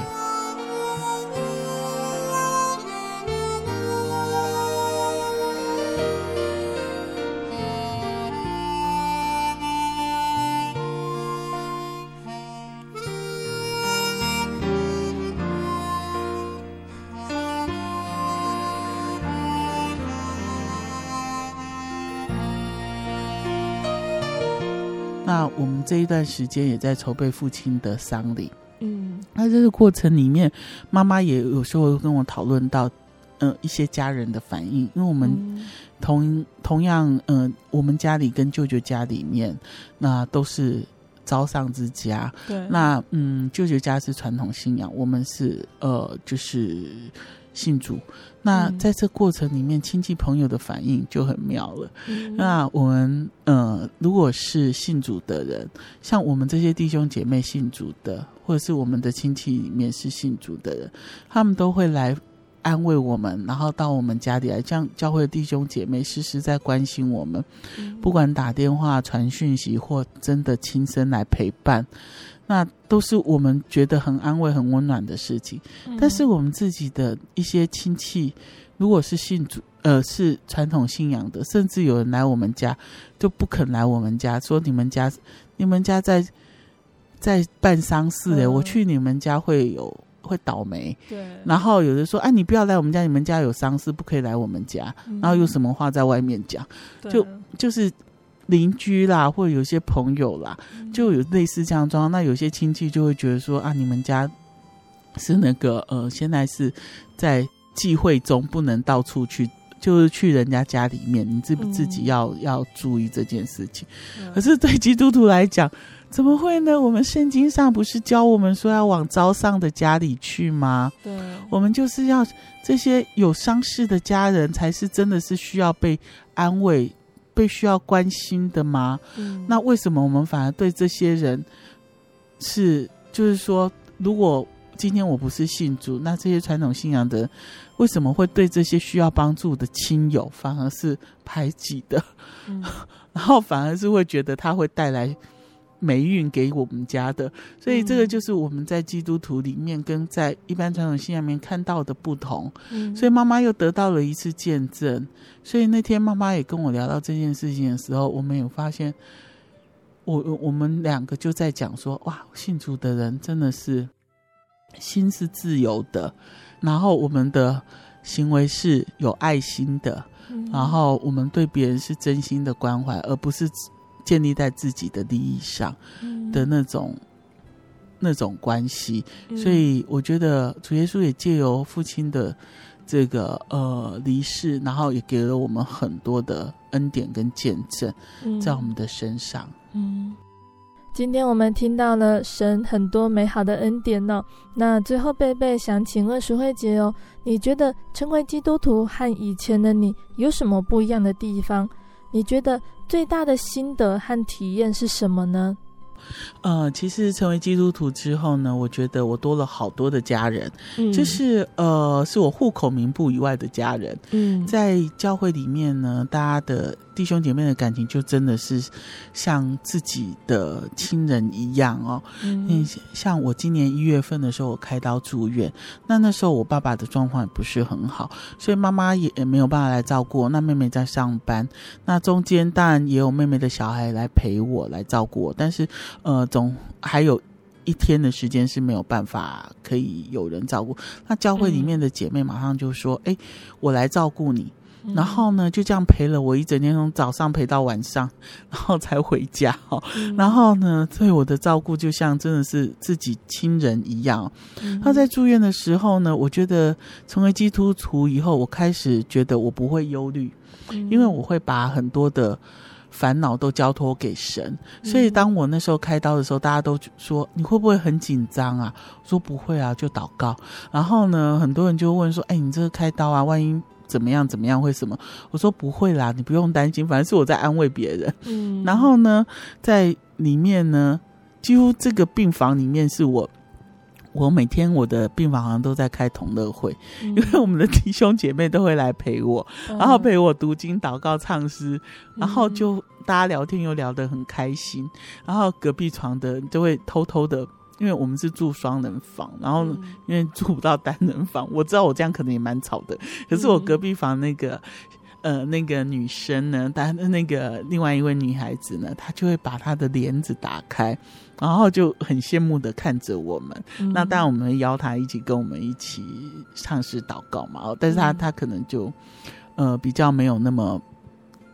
S3: 那我们这一段时间也在筹备父亲的丧礼。
S2: 嗯，
S3: 那这个过程里面，妈妈也有时候跟我讨论到，呃，一些家人的反应，因为我们同、嗯、同样，呃，我们家里跟舅舅家里面，那都是招丧之家。
S2: 对，
S3: 那嗯，舅舅家是传统信仰，我们是呃，就是信主。那在这过程里面，亲戚朋友的反应就很妙了。嗯、那我们呃，如果是信主的人，像我们这些弟兄姐妹信主的，或者是我们的亲戚里面是信主的人，他们都会来安慰我们，然后到我们家里来，这样教会的弟兄姐妹时时在关心我们，嗯、不管打电话、传讯息，或真的亲身来陪伴。那都是我们觉得很安慰很温暖的事情、嗯、但是我们自己的一些亲戚如果是信主呃是传统信仰的，甚至有人来我们家就不肯来我们家，说你们家你们家在在办丧事耶、嗯、我去你们家会有会倒霉。对，然后有人说哎、啊，你不要来我们家，你们家有丧事不可以来我们家、嗯、然后有什么话在外面讲，就就是邻居啦，或者有些朋友啦，就有类似这样的状况。那有些亲戚就会觉得说啊，你们家是那个呃，现在是在忌讳中，不能到处去，就是去人家家里面，你自自己要、嗯、要注意这件事情。可是对基督徒来讲，怎么会呢？我们圣经上不是教我们说要往招丧的家里去吗？对，我们就是要这些有丧事的家人，才是真的是需要被安慰。被需要关心的吗、嗯、那为什么我们反而对这些人是就是说，如果今天我不是信主，那这些传统信仰的人为什么会对这些需要帮助的亲友反而是排挤的、嗯、然后反而是会觉得他会带来霉运给我们家的。所以这个就是我们在基督徒里面跟在一般传统信仰里面看到的不同、嗯、所以妈妈又得到了一次见证。所以那天妈妈也跟我聊到这件事情的时候，我们有发现我我们两个就在讲说，哇，信主的人真的是心是自由的，然后我们的行为是有爱心的、嗯、然后我们对别人是真心的关怀，而不是建立在自己的利益上的那种、嗯、那种关系、嗯、所以我觉得主耶稣也借由父亲的这个呃离世，然后也给了我们很多的恩典跟见证在我们的身上。
S2: 嗯，今天我们听到了神很多美好的恩典哦。那最后贝贝想请问淑慧姐哦，你觉得成为基督徒和以前的你有什么不一样的地方？你觉得最大的心得和体验是什么呢？
S3: 呃，其实成为基督徒之后呢，我觉得我多了好多的家人，嗯，就是呃，是我户口名簿以外的家人。嗯，在教会里面呢，大家的弟兄姐妹的感情就真的是像自己的亲人一样哦。嗯，像我今年一月份的时候，我开刀住院，那那时候我爸爸的状况也不是很好，所以妈妈也没有办法来照顾我。那妹妹在上班，那中间当然也有妹妹的小孩来陪我，来照顾我，但是呃，总还有一天的时间是没有办法可以有人照顾。那教会里面的姐妹马上就说：“哎、嗯，我来照顾你。”然后呢，就这样陪了我一整天，从早上陪到晚上，然后才回家哦。嗯、然后呢，对我的照顾就像真的是自己亲人一样。嗯、他在住院的时候呢，我觉得成为基督徒以后，我开始觉得我不会忧虑，嗯、因为我会把很多的烦恼都交托给神。所以当我那时候开刀的时候，大家都说你会不会很紧张啊？我说不会啊，就祷告。然后呢，很多人就问说：“哎，你这个开刀啊，万一怎么样怎么样会什么？”我说不会啦，你不用担心，反正是我在安慰别人。嗯，然后呢，在里面呢，几乎这个病房里面是我。我每天我的病房好像都在开同乐会、嗯、因为我们的弟兄姐妹都会来陪我、嗯、然后陪我读经祷告唱诗、嗯、然后就大家聊天又聊得很开心，然后隔壁床的就会偷偷的，因为我们是住双人房，然后因为住不到单人房，我知道我这样可能也蛮吵的，可是我隔壁房那个呃，那个女生呢，她那个另外一位女孩子呢，她就会把她的帘子打开，然后就很羡慕的看着我们、嗯、那当然我们邀她一起跟我们一起唱诗祷告嘛，但是她她可能就呃比较没有那么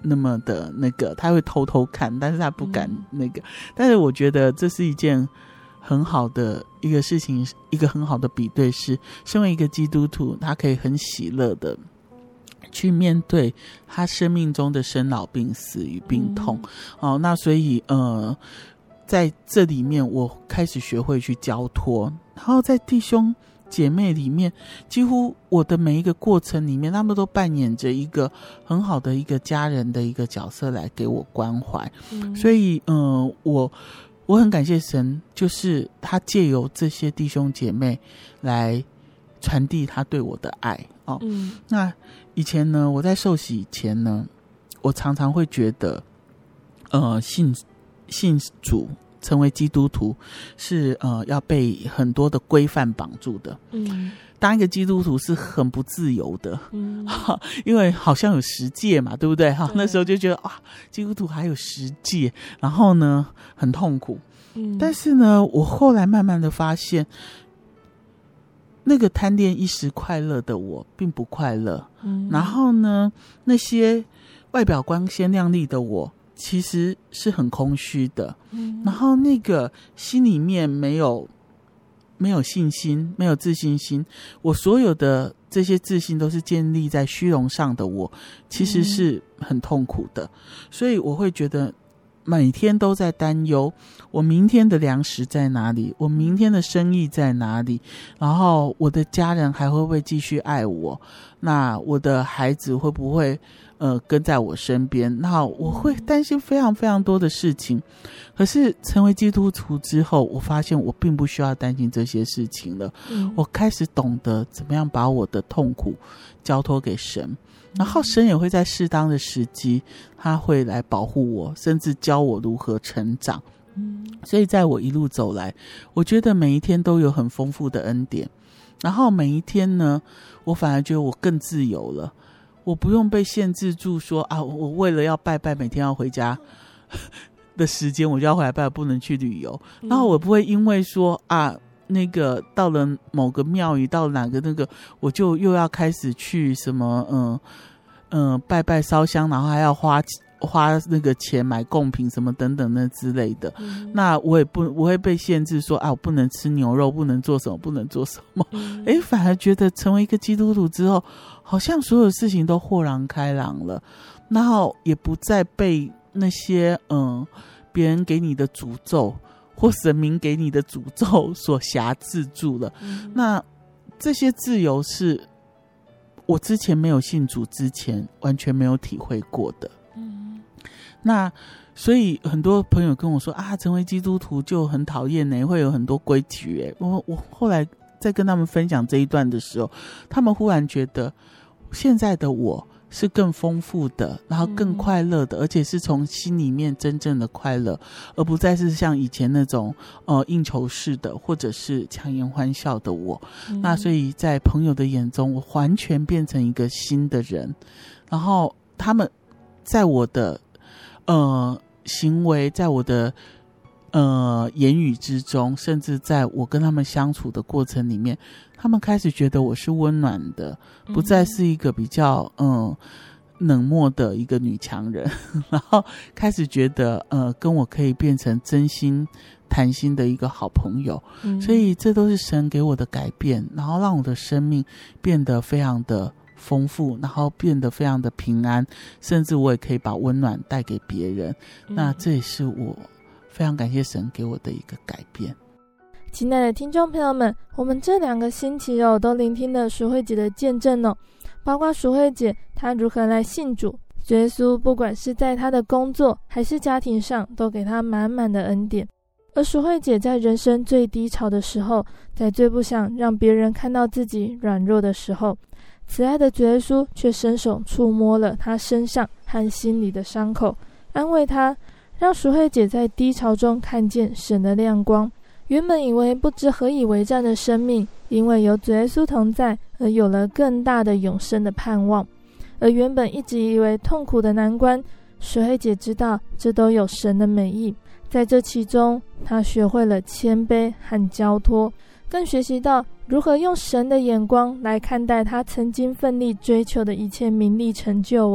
S3: 那么的那个，他会偷偷看，但是他不敢那个。嗯、但是我觉得这是一件很好的一个事情，一个很好的比对是，身为一个基督徒，他可以很喜乐的去面对他生命中的生老病死与病痛。嗯、哦，那所以呃，在这里面我开始学会去交托，然后在弟兄姐妹里面，几乎我的每一个过程里面，他们都扮演着一个很好的一个家人的一个角色来给我关怀。嗯、所以呃，我我很感谢神，就是他借由这些弟兄姐妹来传递他对我的爱哦。嗯、那以前呢，我在受洗以前呢，我常常会觉得呃信信主成为基督徒是呃要被很多的规范绑住的。嗯，当一个基督徒是很不自由的。嗯，因为好像有十诫嘛，对不对？哈，那时候就觉得哇，基督徒还有十诫，然后呢很痛苦。嗯，但是呢，我后来慢慢的发现，那个贪恋一时快乐的我并不快乐。嗯，然后呢，那些外表光鲜亮丽的我其实是很空虚的。嗯，然后那个心里面没有没有信心，没有自信心，我所有的这些自信都是建立在虚荣上的我，其实是很痛苦的。所以我会觉得每天都在担忧，我明天的粮食在哪里，我明天的生意在哪里，然后我的家人还会不会继续爱我，那我的孩子会不会呃跟在我身边，那我会担心非常非常多的事情。可是成为基督徒之后，我发现我并不需要担心这些事情了。嗯、我开始懂得怎么样把我的痛苦交托给神，然后神也会在适当的时机，他会来保护我，甚至教我如何成长。嗯，所以在我一路走来，我觉得每一天都有很丰富的恩典，然后每一天呢，我反而觉得我更自由了。我不用被限制住说啊，我为了要拜拜，每天要回家的时间我就要回来拜，不能去旅游。嗯、然后我不会因为说啊，那个到了某个庙宇，到哪个那个，我就又要开始去什么嗯嗯、呃、拜拜烧香，然后还要花花那个钱买贡品什么等等那之类的。嗯、那我也不我会被限制说啊，我不能吃牛肉，不能做什么，不能做什么。哎、嗯，反而觉得成为一个基督徒之后，好像所有事情都豁然开朗了，然后也不再被那些嗯别人给你的诅咒或神明给你的诅咒所辖制住了。嗯、那这些自由是我之前没有信主之前完全没有体会过的。嗯，那所以很多朋友跟我说啊，成为基督徒就很讨厌呢，会有很多规矩耶。我我后来在跟他们分享这一段的时候，他们忽然觉得现在的我是更丰富的，然后更快乐的，嗯、而且是从心里面真正的快乐，而不再是像以前那种呃应酬式的或者是强颜欢笑的我。嗯、那所以在朋友的眼中，我完全变成一个新的人，然后他们在我的呃行为，在我的呃言语之中，甚至在我跟他们相处的过程里面，他们开始觉得我是温暖的，不再是一个比较嗯冷漠的一个女强人，然后开始觉得呃跟我可以变成真心谈心的一个好朋友。嗯、所以这都是神给我的改变，然后让我的生命变得非常的丰富，然后变得非常的平安，甚至我也可以把温暖带给别人。嗯、那这也是我非常感谢神给我的一个改变。
S2: 亲爱的听众朋友们，我们这两个星期哦，都聆听了淑慧姐的见证哦，包括淑慧姐她如何来信主，主耶稣不管是在她的工作还是家庭上，都给她满满的恩典。而淑慧姐在人生最低潮的时候，在最不想让别人看到自己软弱的时候，慈爱的主耶稣却伸手触摸了她身上和心里的伤口，安慰她，让淑慧姐在低潮中看见神的亮光。原本以为不知何以为战的生命，因为有主耶稣同在，而有了更大的永生的盼望。而原本一直以为痛苦的难关，淑慧姐知道这都有神的美意。在这其中，她学会了谦卑和交托，更学习到如何用神的眼光来看待她曾经奋力追求的一切名利成就哦。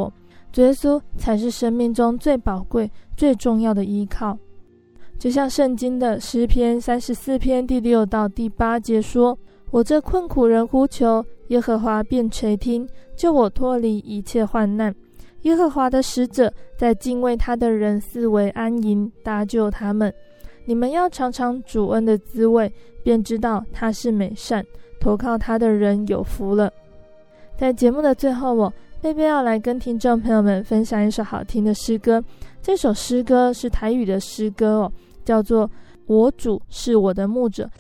S2: 主耶稣才是生命中最宝贵最重要的依靠。就像圣经的诗篇三十四篇第六到第八节说，我这困苦人呼求，耶和华便垂听，救我脱离一切患难。耶和华的使者在敬畏他的人四围安营，搭救他们。你们要尝尝主恩的滋味，便知道他是美善，投靠他的人有福了。在节目的最后，我贝贝要来跟听众朋友们分享一首好听的诗歌。这首诗歌是台语的诗歌哦，叫做《我主是我的牧者》。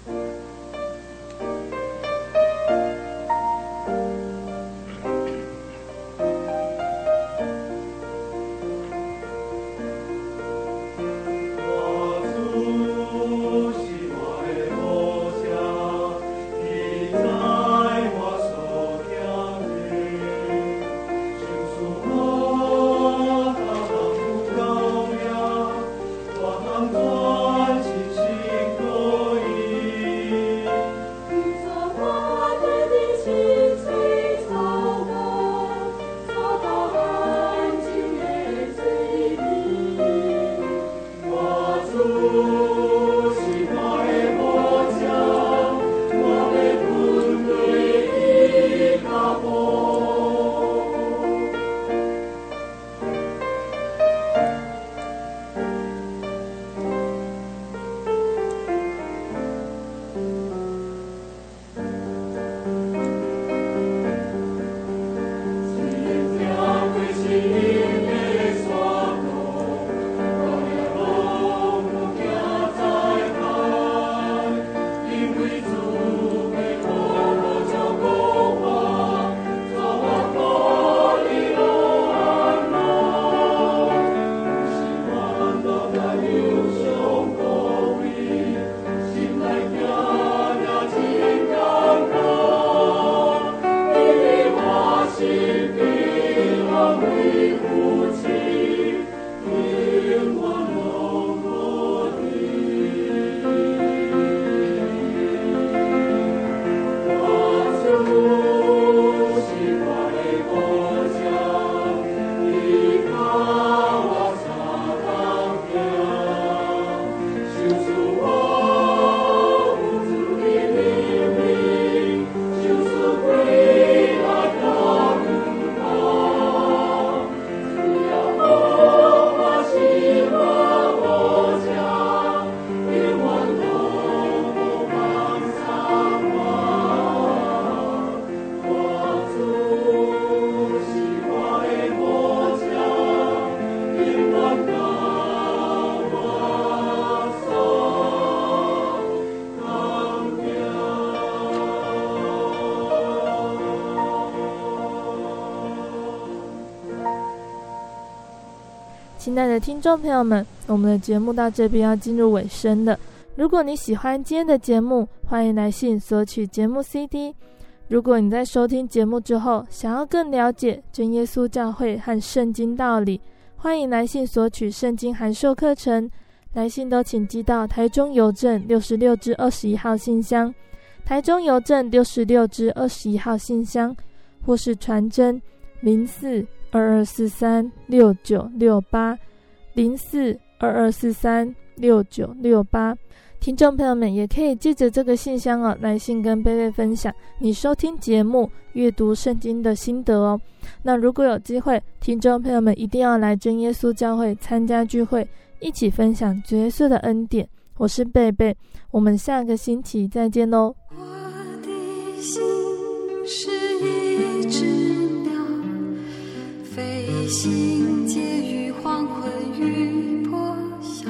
S2: 亲爱的听众朋友们，我们的节目到这边要进入尾声了。如果你喜欢今天的节目，欢迎来信索取节目 C D。 如果你在收听节目之后想要更了解真耶稣教会和圣经道理，欢迎来信索取圣经函授课程。来信都请寄到台中邮政六十六至二十一号信箱，台中邮政六十六至二十一号信箱，或是传真零四二二四三六九六八零四二二四三六九六八。听众朋友们也可以借着这个信箱哦，来信跟贝贝分享你收听节目、阅读圣经的心得哦。那如果有机会，听众朋友们一定要来真耶稣教会参加聚会，一起分享主耶稣的恩典。我是贝贝，我们下个星期再见喽。
S8: 我的心是一只鸟，飞行介于黄昏与破晓，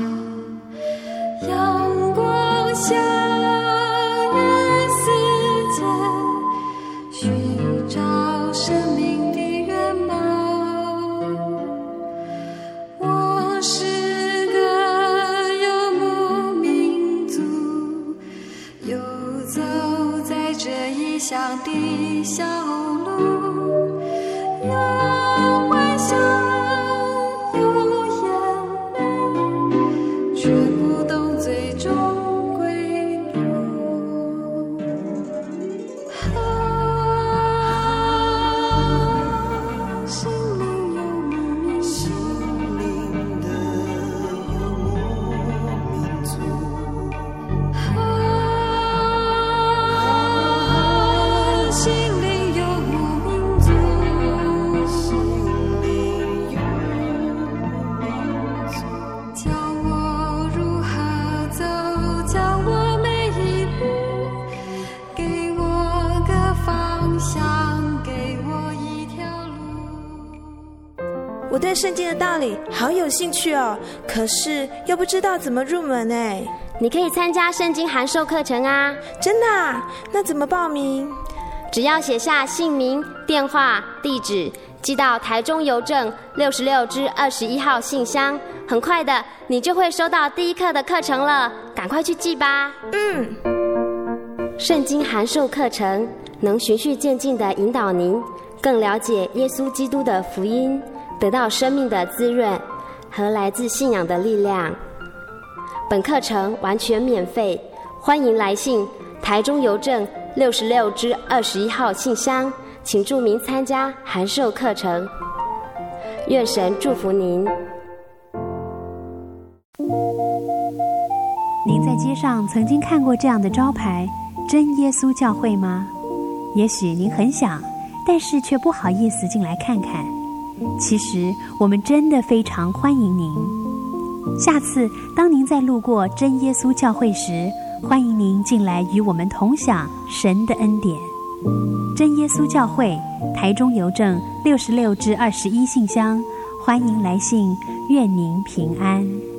S8: 阳光下日思间，寻找生命的原貌。我是个游牧民族，游走在这异乡的小路，有欢笑
S9: 我对圣经的道理好有兴趣哦，可是又不知道怎么入门哎。
S10: 你可以参加圣经函授课程啊。
S9: 真的啊？那怎么报名？
S10: 只要写下姓名、电话、地址，寄到台中邮政六十六支二十一号信箱，很快的你就会收到第一课的课程了，赶快去寄吧。
S9: 嗯。
S10: 圣经函授课程能循序渐进地引导您更了解耶稣基督的福音，得到生命的滋润和来自信仰的力量。本课程完全免费，欢迎来信台中邮政六十六支二十一号信箱，请注明参加函授课程。愿神祝福您。
S11: 您在街上曾经看过这样的招牌“真耶稣教会”吗？也许您很想，但是却不好意思进来看看。其实我们真的非常欢迎您。下次当您在路过真耶稣教会时，欢迎您进来与我们同享神的恩典。真耶稣教会，台中邮政六十六至二十一信箱，欢迎来信，愿您平安。